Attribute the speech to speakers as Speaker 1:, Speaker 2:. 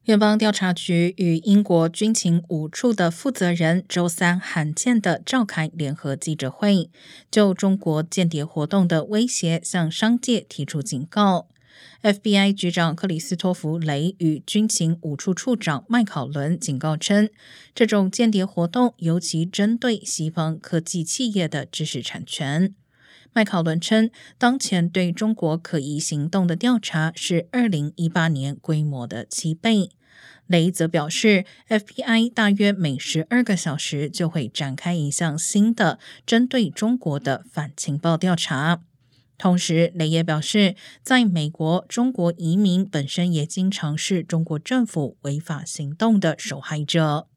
Speaker 1: 联邦调查局与英国军情5处的负责人周三罕见地召开联合记者会，就中国间谍活动的威胁向商界提出警告。FBI 局长克里斯托弗·雷与军情5处处长麦考伦警告称，这种间谍活动尤其针对西方科技企业的知识产权。麦考伦称，当前对中国可疑行动的调查是2018年规模的7倍。雷则表示 ，FBI 大约每12个小时就会展开一项新的针对中国的反情报调查。同时，雷也表示，在美国，中国移民本身也经常是中国政府违法行动的受害者。